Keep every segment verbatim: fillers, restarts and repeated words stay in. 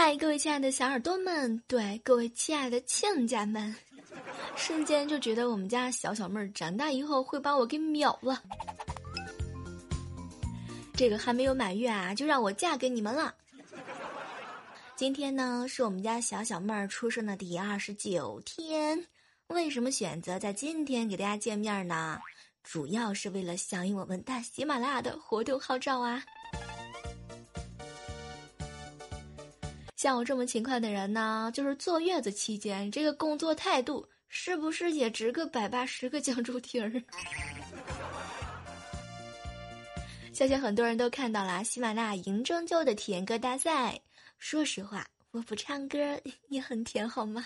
嗨，各位亲爱的小耳朵们，对各位亲爱的亲家们，瞬间就觉得我们家小小妹儿长大以后会把我给秒了。这个还没有满月啊，就让我嫁给你们了。今天呢，是我们家小小妹儿出生的第二十九天。为什么选择在今天给大家见面呢？主要是为了响应我们大喜马拉雅的活动号召啊。像我这么勤快的人呢，就是坐月子期间这个工作态度，是不是也值个百八十个酱猪蹄儿？相信很多人都看到了喜马拉雅迎中秋的甜歌大赛。说实话，我不唱歌也很甜，好吗？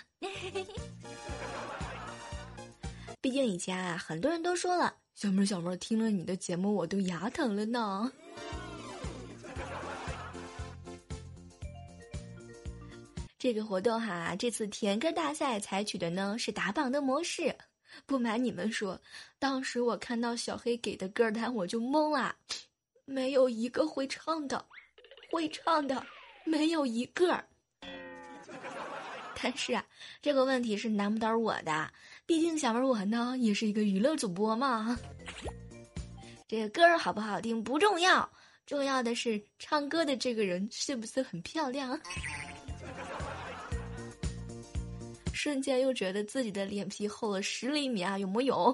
毕竟以前啊，很多人都说了，小妹儿小妹儿听了你的节目，我都牙疼了呢。这个活动哈，这次甜歌大赛采取的呢是打榜的模式。不瞒你们说，当时我看到小黑给的歌单我就懵了，没有一个会唱的，会唱的没有一个。但是啊，这个问题是难不倒我的，毕竟小妹我呢也是一个娱乐主播嘛。这个歌好不好听不重要，重要的是唱歌的这个人是不是很漂亮。瞬间又觉得自己的脸皮厚了十厘米啊，有木有？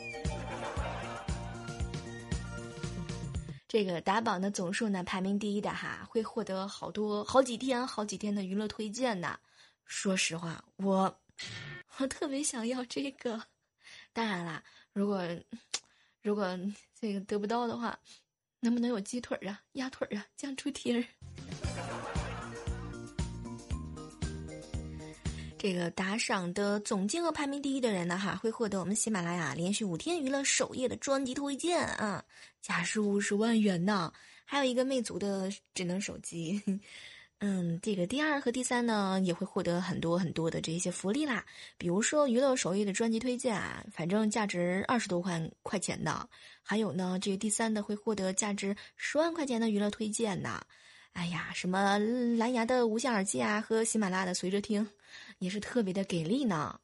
这个打榜的总数呢，排名第一的哈，会获得好多好几天好几天的娱乐推荐呢。说实话，我我特别想要这个。当然啦，如果如果这个得不到的话，能不能有鸡腿啊、鸭腿啊、酱猪蹄儿？这个打赏的总金额排名第一的人呢，哈，会获得我们喜马拉雅连续五天娱乐首页的专辑推荐啊，价值五十万元呢，还有一个魅族的智能手机。嗯，这个第二和第三呢，也会获得很多很多的这些福利啦，比如说娱乐首页的专辑推荐啊，反正价值二十多块块钱的，还有呢，这个第三的会获得价值十万块钱的娱乐推荐呢。哎呀，什么蓝牙的无线耳机啊，和喜马拉雅的随着听，也是特别的给力呢。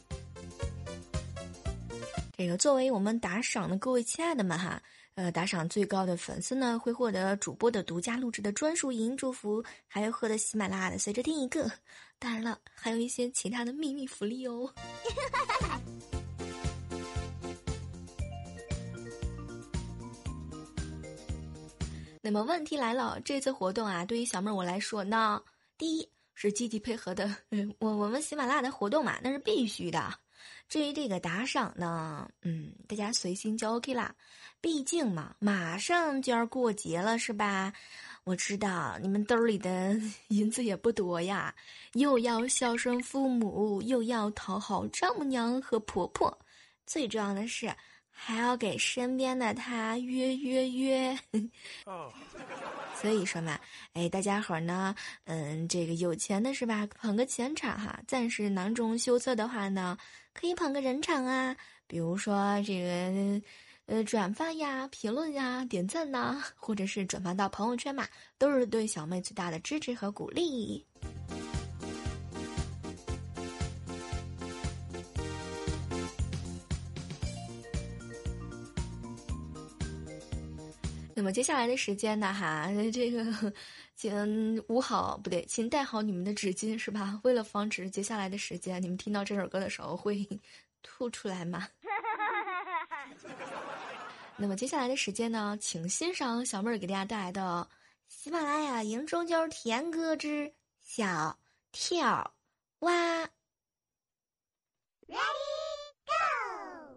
这个作为我们打赏的各位亲爱的们哈，呃，打赏最高的粉丝呢，会获得主播的独家录制的专属语音祝福，还有获得喜马拉雅的随着听一个。当然了，还有一些其他的秘密福利哦。那么问题来了，这次活动啊，对于小妹儿我来说呢，第一是积极配合的，嗯，我我们喜马拉雅的活动嘛，那是必须的。至于这个打赏呢，嗯，大家随心就 OK 啦。毕竟嘛，马上就要过节了，是吧？我知道你们兜里的银子也不多呀，又要孝顺父母，又要讨好丈母娘和婆婆，最重要的是还要给身边的他约约约。所以说嘛，哎，大家伙呢，嗯，这个有钱的是吧，捧个钱场哈；暂时囊中羞涩的话呢，可以捧个人场啊，比如说这个，呃，转发呀、评论呀、点赞呐，或者是转发到朋友圈嘛，都是对小妹最大的支持和鼓励。那么接下来的时间呢，哈，这个请捂好，不对，请带好你们的纸巾，是吧？为了防止接下来的时间，你们听到这首歌的时候会吐出来嘛。那么接下来的时间呢，请欣赏小妹儿给大家带来的喜马拉雅迎中秋甜歌之小跳蛙。Ready, go！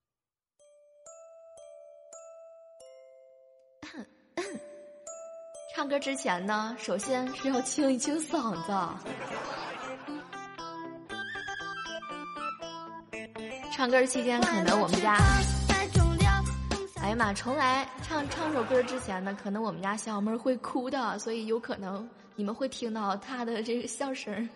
唱歌之前呢，首先是要清一清嗓子。唱歌期间，可能我们家，哎呀妈，重来唱唱首歌之前呢，可能我们家小妹会哭的，所以有可能你们会听到她的这个笑声。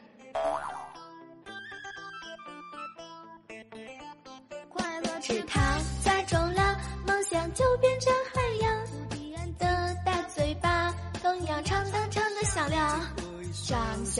快乐池塘在重量，梦想就变成海洋。的大嘴巴，同样唱的唱的响亮。长相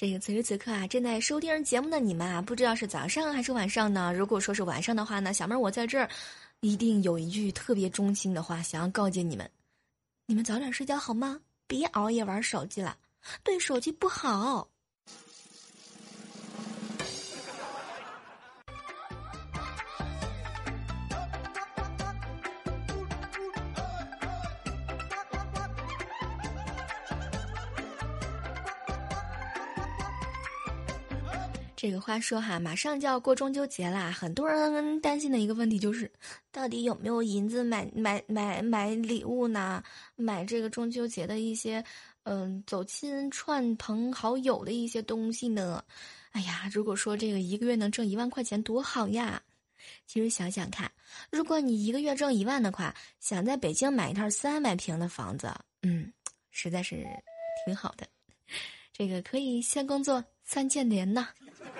这个此时此刻啊，正在收听节目的你们啊，不知道是早上还是晚上呢？如果说是晚上的话呢，小妹儿我在这儿一定有一句特别衷心的话想要告诫你们：你们早点睡觉好吗？别熬夜玩手机了，对手机不好。这个话说哈，马上就要过中秋节啦，很多人担心的一个问题就是，到底有没有银子买买买买礼物呢？买这个中秋节的一些，嗯，走亲串朋好友的一些东西呢？哎呀，如果说这个一个月能挣一万块钱多好呀！其实想想看，如果你一个月挣一万的话，想在北京买一套三百平的房子，嗯，实在是挺好的。这个可以先工作三千年呢。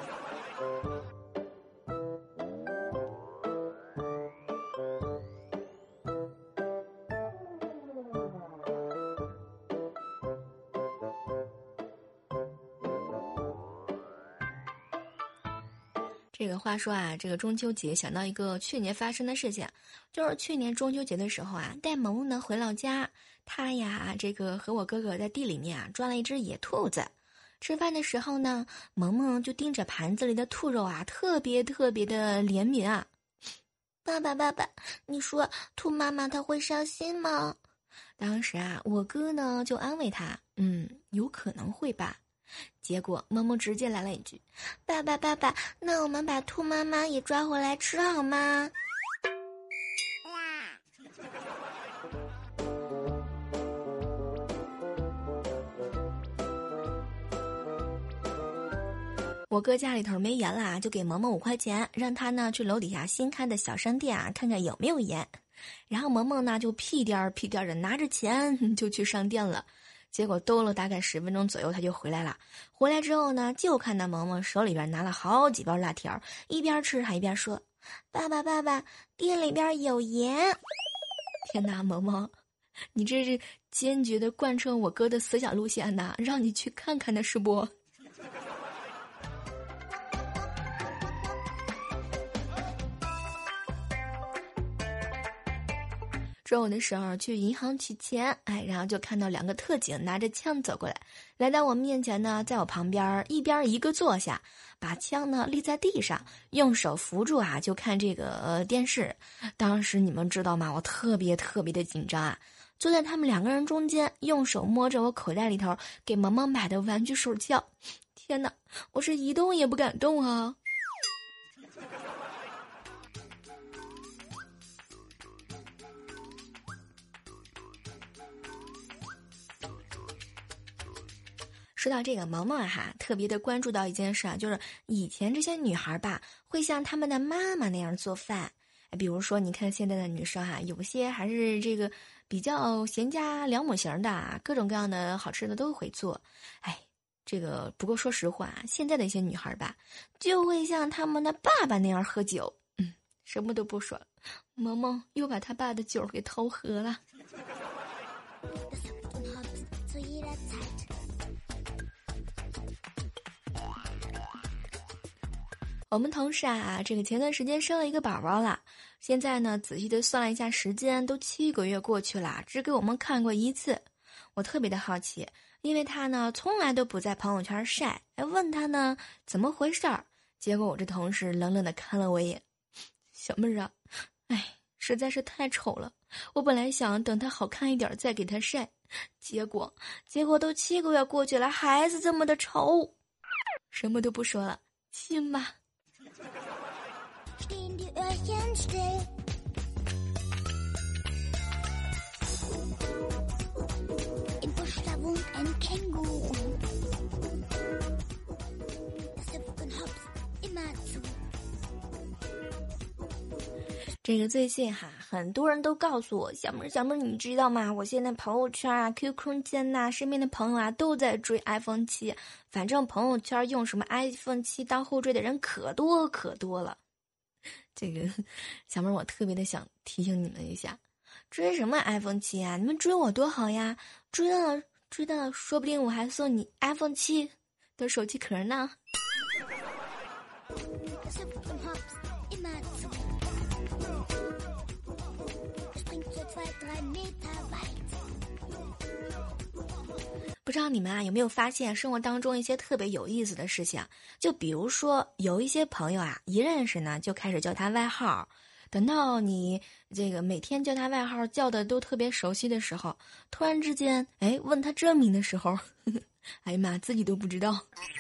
这个话说啊，这个中秋节想到一个去年发生的事情，就是去年中秋节的时候啊，带萌萌呢回老家，他呀这个和我哥哥在地里面啊抓了一只野兔子。吃饭的时候呢，萌萌就盯着盘子里的兔肉啊，特别特别的怜悯啊。爸爸爸爸，你说兔妈妈她会伤心吗？当时啊，我哥呢就安慰他，嗯，有可能会吧。结果萌萌直接来了一句：爸爸爸爸，那我们把兔妈妈也抓回来吃好吗？我哥家里头没盐啦，就给萌萌五块钱，让他呢去楼底下新开的小商店啊，看看有没有盐。然后萌萌呢就屁颠儿屁颠儿的拿着钱就去商店了。结果兜了大概十分钟左右，他就回来了。回来之后呢，就看到萌萌手里边拿了好几包辣条，一边吃还一边说：爸爸爸爸，店里边有盐。天哪，萌萌，你这是坚决的贯彻我哥的思想路线呐，让你去看看的是不？中午的时候去银行取钱，哎，然后就看到两个特警拿着枪走过来，来到我面前呢，在我旁边一边一个坐下，把枪呢立在地上，用手扶住啊，就看这个、呃、电视。当时你们知道吗？我特别特别的紧张啊，坐在他们两个人中间，用手摸着我口袋里头给萌萌买的玩具手枪。天哪，我是一动也不敢动啊！说到这个萌萌啊哈，特别的关注到一件事啊，就是以前这些女孩吧，会像他们的妈妈那样做饭。比如说，你看现在的女生哈、啊，有些还是这个比较贤家良母型的啊，各种各样的好吃的都会做。哎，这个不过说实话，现在的一些女孩吧，就会像他们的爸爸那样喝酒。嗯，什么都不说，萌萌又把他爸的酒给偷喝了。我们同事啊，这个前段时间生了一个宝宝了，现在呢仔细的算了一下时间，都七个月过去了，只给我们看过一次。我特别的好奇，因为他呢从来都不在朋友圈晒，哎，问他呢怎么回事儿，结果我这同事冷冷的看了我一眼，小妹儿啊，哎，实在是太丑了，我本来想等他好看一点再给他晒，结果结果都七个月过去了，还是这么的丑。什么都不说了，亲吧。Stehen die Öhrchen still. Im Busch da wohnt ein Känguru. Das hüpft und hopst immer zu. 这个最近哈，很多人都告诉我，小妹儿小妹儿，你知道吗？我现在朋友圈啊、Q Q 空间呐、身边的朋友啊，都在追 iPhone 七。反正朋友圈用什么 iPhone 七当后缀的人可多可多了。这个小妹儿，我特别的想提醒你们一下，追什么 iPhone 七啊？你们追我多好呀！追到了，追到了，说不定我还送你 iPhone 七。 的手机壳呢？不知道你们啊有没有发现生活当中一些特别有意思的事情？就比如说有一些朋友啊，一认识呢就开始叫他外号，等到你这个每天叫他外号叫的都特别熟悉的时候，突然之间，哎，问他真名的时候，呵呵，哎呀妈，自己都不知道。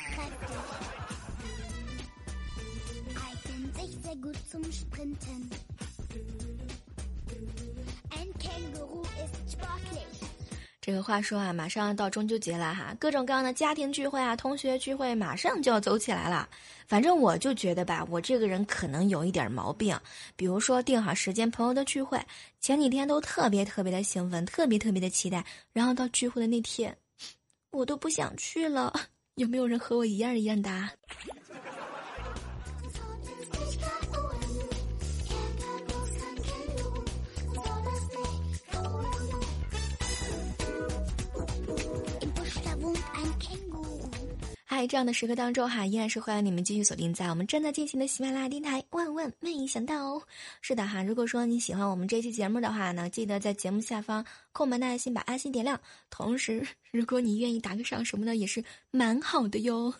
这个话说啊，马上到中秋节了哈，各种各样的家庭聚会啊、同学聚会马上就要走起来了。反正我就觉得吧，我这个人可能有一点毛病，比如说定好时间朋友的聚会，前几天都特别特别的兴奋，特别特别的期待，然后到聚会的那天，我都不想去了。有没有人和我一样一样的？在这样的时刻当中哈，依然是欢迎你们继续锁定在我们正在进行的喜马拉雅电台。万万没想到哦，是的哈，如果说你喜欢我们这期节目的话呢，记得在节目下方空白的爱心把爱心点亮，同时如果你愿意打个赏什么的也是蛮好的哟。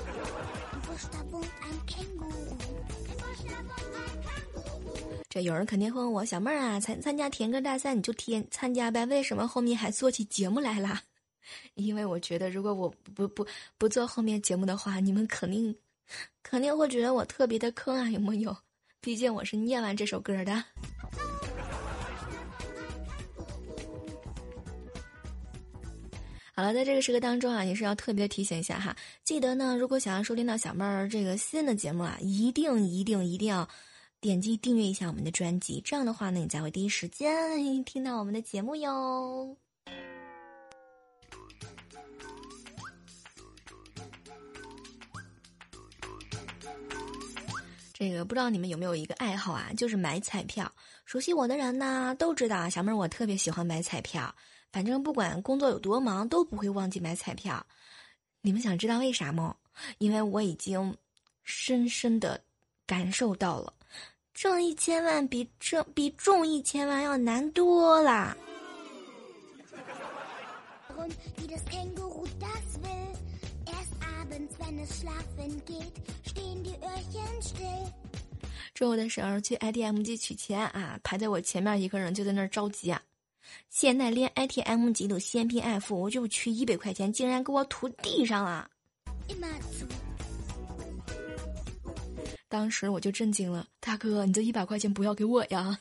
这有人肯定会问我，小妹儿啊，参参加填歌大赛你就填参加呗，为什么后面还做起节目来啦？因为我觉得如果我不不不做后面节目的话，你们肯定肯定会觉得我特别的坑啊，有没有？毕竟我是念完这首歌的。好了，在这个时刻当中啊，也是要特别的提醒一下哈，记得呢，如果想要收听到小妹儿这个新的节目啊，一定一定一定要点击订阅一下我们的专辑，这样的话呢，你才会第一时间听到我们的节目哟。这个不知道你们有没有一个爱好啊，就是买彩票。熟悉我的人呢都知道啊，小妹儿我特别喜欢买彩票，反正不管工作有多忙都不会忘记买彩票。你们想知道为啥吗？因为我已经深深的感受到了，挣一千万比挣比中一千万要难多啦。中午的时候去 A T M 机取钱啊，排在我前面一个人就在那儿着急啊。现在连 A T M 机都限拼 F， 我就取一百块钱，竟然给我吐地上了。当时我就震惊了，大哥，你这一百块钱不要给我呀！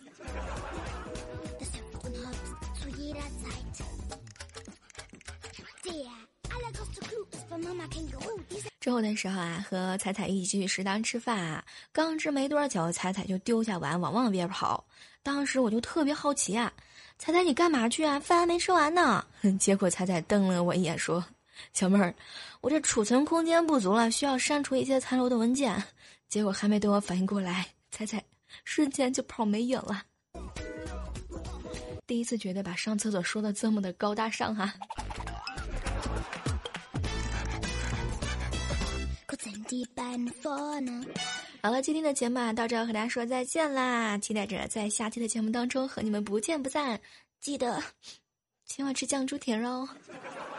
之后的时候啊，和彩彩一起去食堂吃饭啊，刚吃没多久，彩彩就丢下碗往往边跑。当时我就特别好奇啊，彩彩你干嘛去啊？饭还没吃完呢。结果彩彩瞪了我一眼说：“小妹儿，我这储存空间不足了，需要删除一些残留的文件。”结果还没等我反应过来，彩彩瞬间就跑没影了。第一次觉得把上厕所说的这么的高大上哈、啊。好了，今天的节目啊，到这儿和大家说再见啦！期待着在下期的节目当中和你们不见不散。记得千万吃酱猪蹄儿哦。